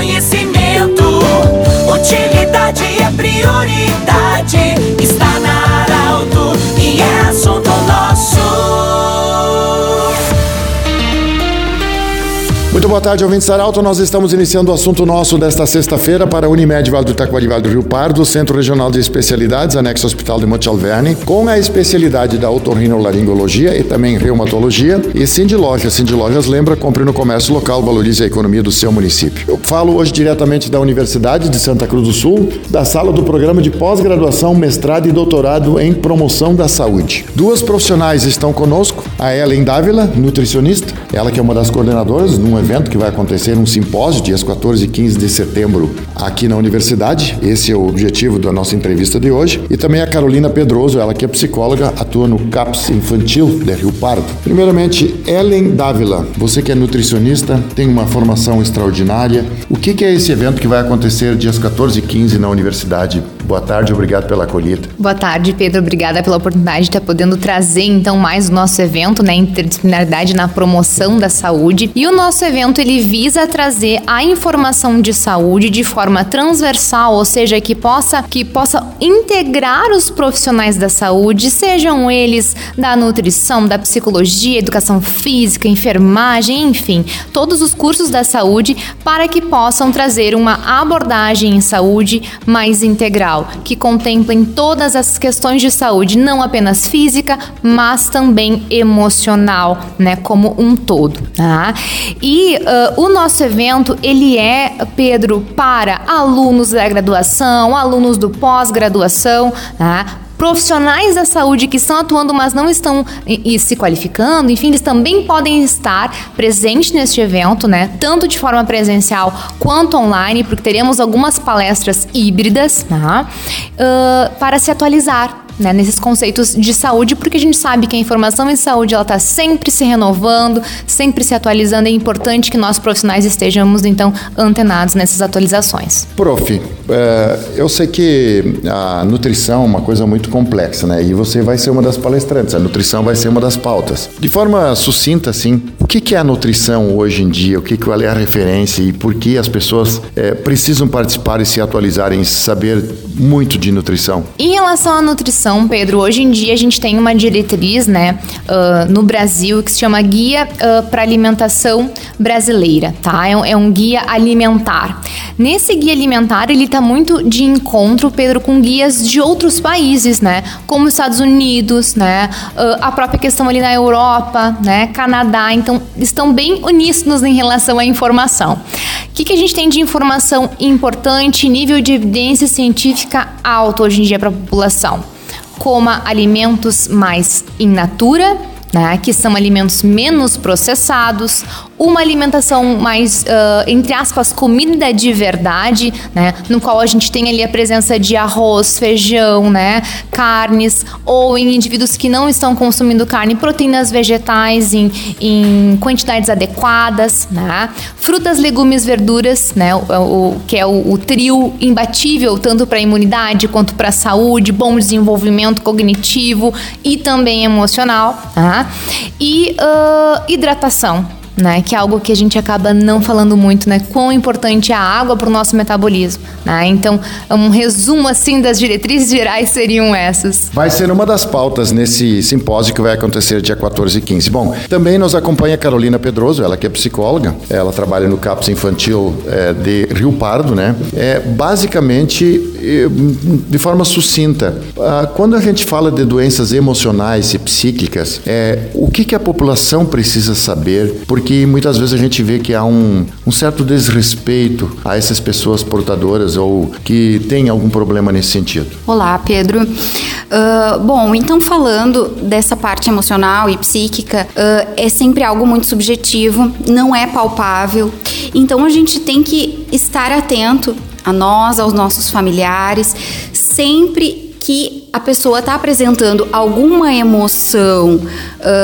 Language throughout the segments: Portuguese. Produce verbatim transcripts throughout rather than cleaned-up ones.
conhecimento. Utilidade é prioridade. Está na Arauto e é assunto nosso. Muito boa tarde, ouvintes da Arauto. Nós estamos iniciando o assunto nosso desta sexta-feira para a Unimed Vale do Taquari, Vale do Rio Pardo, Centro Regional de Especialidades, anexo Hospital de Monte Alverne, com a especialidade da otorrinolaringologia e também reumatologia. E Cindy Lojas. Cindy Lojas lembra, compre no comércio local, valorize a economia do seu município. Eu falo hoje diretamente da Universidade de Santa Cruz do Sul, da sala do programa de pós-graduação, mestrado e doutorado em promoção da saúde. Duas profissionais estão conosco, a Ellen Dávila, nutricionista, ela que é uma das coordenadoras num evento que vai acontecer, um simpósio, dias quatorze e quinze de setembro, aqui na universidade. Esse é o objetivo da nossa entrevista de hoje. E também a Carolina Pedroso, ela que é psicóloga, atua no CAPS Infantil de Rio Pardo. Primeiramente, Ellen Dávila, você que é nutricionista, tem uma formação extraordinária. O que, que é esse evento que vai acontecer dias quatorze e quinze na universidade? Boa tarde, obrigado pela acolhida. Boa tarde, Pedro. Obrigada pela oportunidade de estar podendo trazer, então, mais o nosso evento, né, interdisciplinaridade na promoção da saúde. E o nosso evento, ele visa trazer a informação de saúde de forma transversal, ou seja, que possa, que possa integrar os profissionais da saúde, sejam eles da nutrição, da psicologia, educação física, enfermagem, enfim, todos os cursos da saúde, para que possam trazer uma abordagem em saúde mais integral, que contemplem todas as questões de saúde, não apenas física, mas também emocional, né, como um todo, tá? E uh, o nosso evento, ele é, Pedro, para alunos da graduação, alunos do pós-graduação, tá? Profissionais da saúde que estão atuando, mas não estão e, e se qualificando, enfim, eles também podem estar presentes neste evento, né? Tanto de forma presencial quanto online, porque teremos algumas palestras híbridas, tá? Uh, para se atualizar, né, nesses conceitos de saúde, porque a gente sabe que a informação em saúde, ela está sempre se renovando, sempre se atualizando. É importante que nós profissionais estejamos, então, antenados nessas atualizações. Prof, é, eu sei que a nutrição é uma coisa muito complexa, né? E você vai ser uma das palestrantes, a nutrição vai ser uma das pautas. De forma sucinta, assim, o que, que é a nutrição hoje em dia? O que, que é a referência e por que as pessoas é, precisam participar e se atualizarem, saber muito de nutrição? Em relação à nutrição, Pedro, hoje em dia a gente tem uma diretriz, né, uh, no Brasil, que se chama Guia uh, para Alimentação Brasileira, tá? É um, é um guia alimentar. Nesse guia alimentar, ele tá muito de encontro, Pedro, com guias de outros países, né? Como os Estados Unidos, né? Uh, a própria questão ali na Europa, né? Canadá. Então, estão bem uníssonos em relação à informação. O que, que a gente tem de informação importante, nível de evidência científica alto hoje em dia para a população? Coma alimentos mais in natura, né, que são alimentos menos processados, uma alimentação mais, uh, entre aspas, comida de verdade, né, no qual a gente tem ali a presença de arroz, feijão, né, carnes, ou em indivíduos que não estão consumindo carne, proteínas vegetais em, em quantidades adequadas, né, frutas, legumes, verduras, né, o, o, que é o, o trio imbatível tanto para a imunidade quanto para a saúde, bom desenvolvimento cognitivo e também emocional, tá? E uh, hidratação, né, que é algo que a gente acaba não falando muito, né, quão importante é a água para o nosso metabolismo, né? Então, um resumo assim das diretrizes gerais seriam essas. Vai ser uma das pautas nesse simpósio que vai acontecer dia quatorze e quinze. Bom, também nos acompanha a Carolina Pedroso, ela que é psicóloga, ela trabalha no CAPS Infantil é, de Rio Pardo, né? É, basicamente, de forma sucinta, quando a gente fala de doenças emocionais e psíquicas, é, o que, que a população precisa saber? Porque muitas vezes a gente vê que há um, um certo desrespeito a essas pessoas portadoras ou que têm algum problema nesse sentido. Olá, Pedro. Uh, bom, então falando dessa parte emocional e psíquica, uh, é sempre algo muito subjetivo, não é palpável. Então a gente tem que estar atento a nós, aos nossos familiares, sempre que a pessoa está apresentando alguma emoção uh,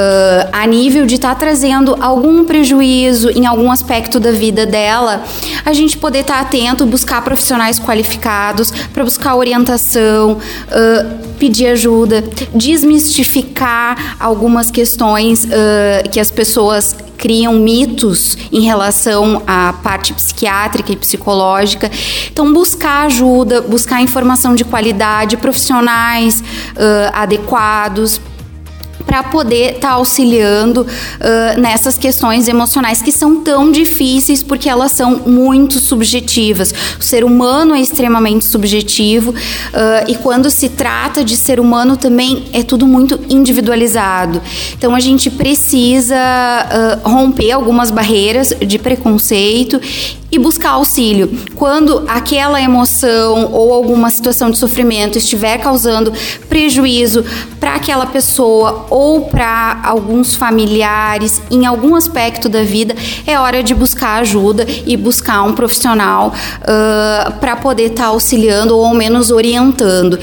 a nível de estar tá trazendo algum prejuízo em algum aspecto da vida dela, a gente poder estar tá atento, buscar profissionais qualificados para buscar orientação, uh, pedir ajuda, desmistificar algumas questões uh, que as pessoas criam mitos em relação à parte psiquiátrica e psicológica. Então, buscar ajuda, buscar informação de qualidade, profissionais uh, adequados, para poder estar tá auxiliando uh, nessas questões emocionais que são tão difíceis porque elas são muito subjetivas. O ser humano é extremamente subjetivo uh, e quando se trata de ser humano também é tudo muito individualizado. Então a gente precisa uh, romper algumas barreiras de preconceito e buscar auxílio. Quando aquela emoção ou alguma situação de sofrimento estiver causando prejuízo para aquela pessoa ou para alguns familiares em algum aspecto da vida, é hora de buscar ajuda e buscar um profissional uh, para poder estar tá auxiliando ou ao menos orientando.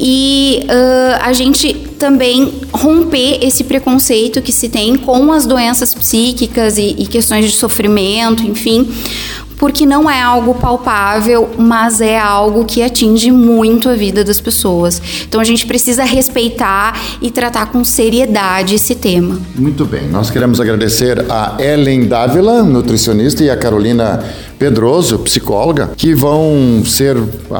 E uh, a gente também romper esse preconceito que se tem com as doenças psíquicas e, e questões de sofrimento, enfim, porque não é algo palpável, mas é algo que atinge muito a vida das pessoas. Então a gente precisa respeitar e tratar com seriedade esse tema. Muito bem, nós queremos agradecer a Ellen Dávila, nutricionista, e a Carolina Pedroso, psicóloga, que vão ser,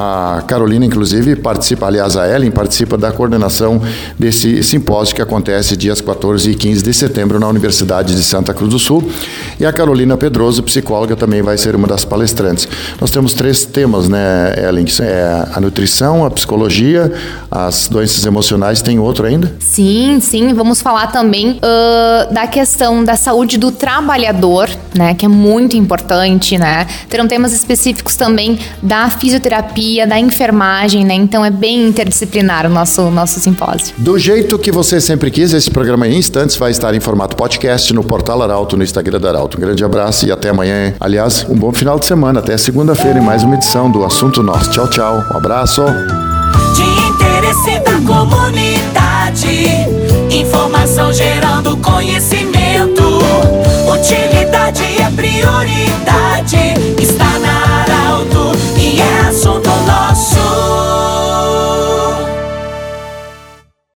a Carolina inclusive participa, aliás a Ellen participa da coordenação desse simpósio que acontece dias quatorze e quinze de setembro na Universidade de Santa Cruz do Sul, e a Carolina Pedroso, psicóloga, também vai ser uma das palestrantes. Nós temos três temas, né, Ellen, que é a nutrição, a psicologia, as doenças emocionais. Tem outro ainda? Sim, sim, vamos falar também uh, da questão da saúde do trabalhador, né, que é muito importante, né. Terão temas específicos também da fisioterapia, da enfermagem, né? Então é bem interdisciplinar o nosso, nosso simpósio. Do jeito que você sempre quis, esse programa em instantes vai estar em formato podcast no Portal Arauto, no Instagram da Arauto. Um grande abraço e até amanhã. Aliás, um bom final de semana. Até segunda-feira em mais uma edição do Assunto Nosso. Tchau, tchau. Um abraço. De interesse da comunidade, informação gerando conhecimento. Utilidade é prioridade.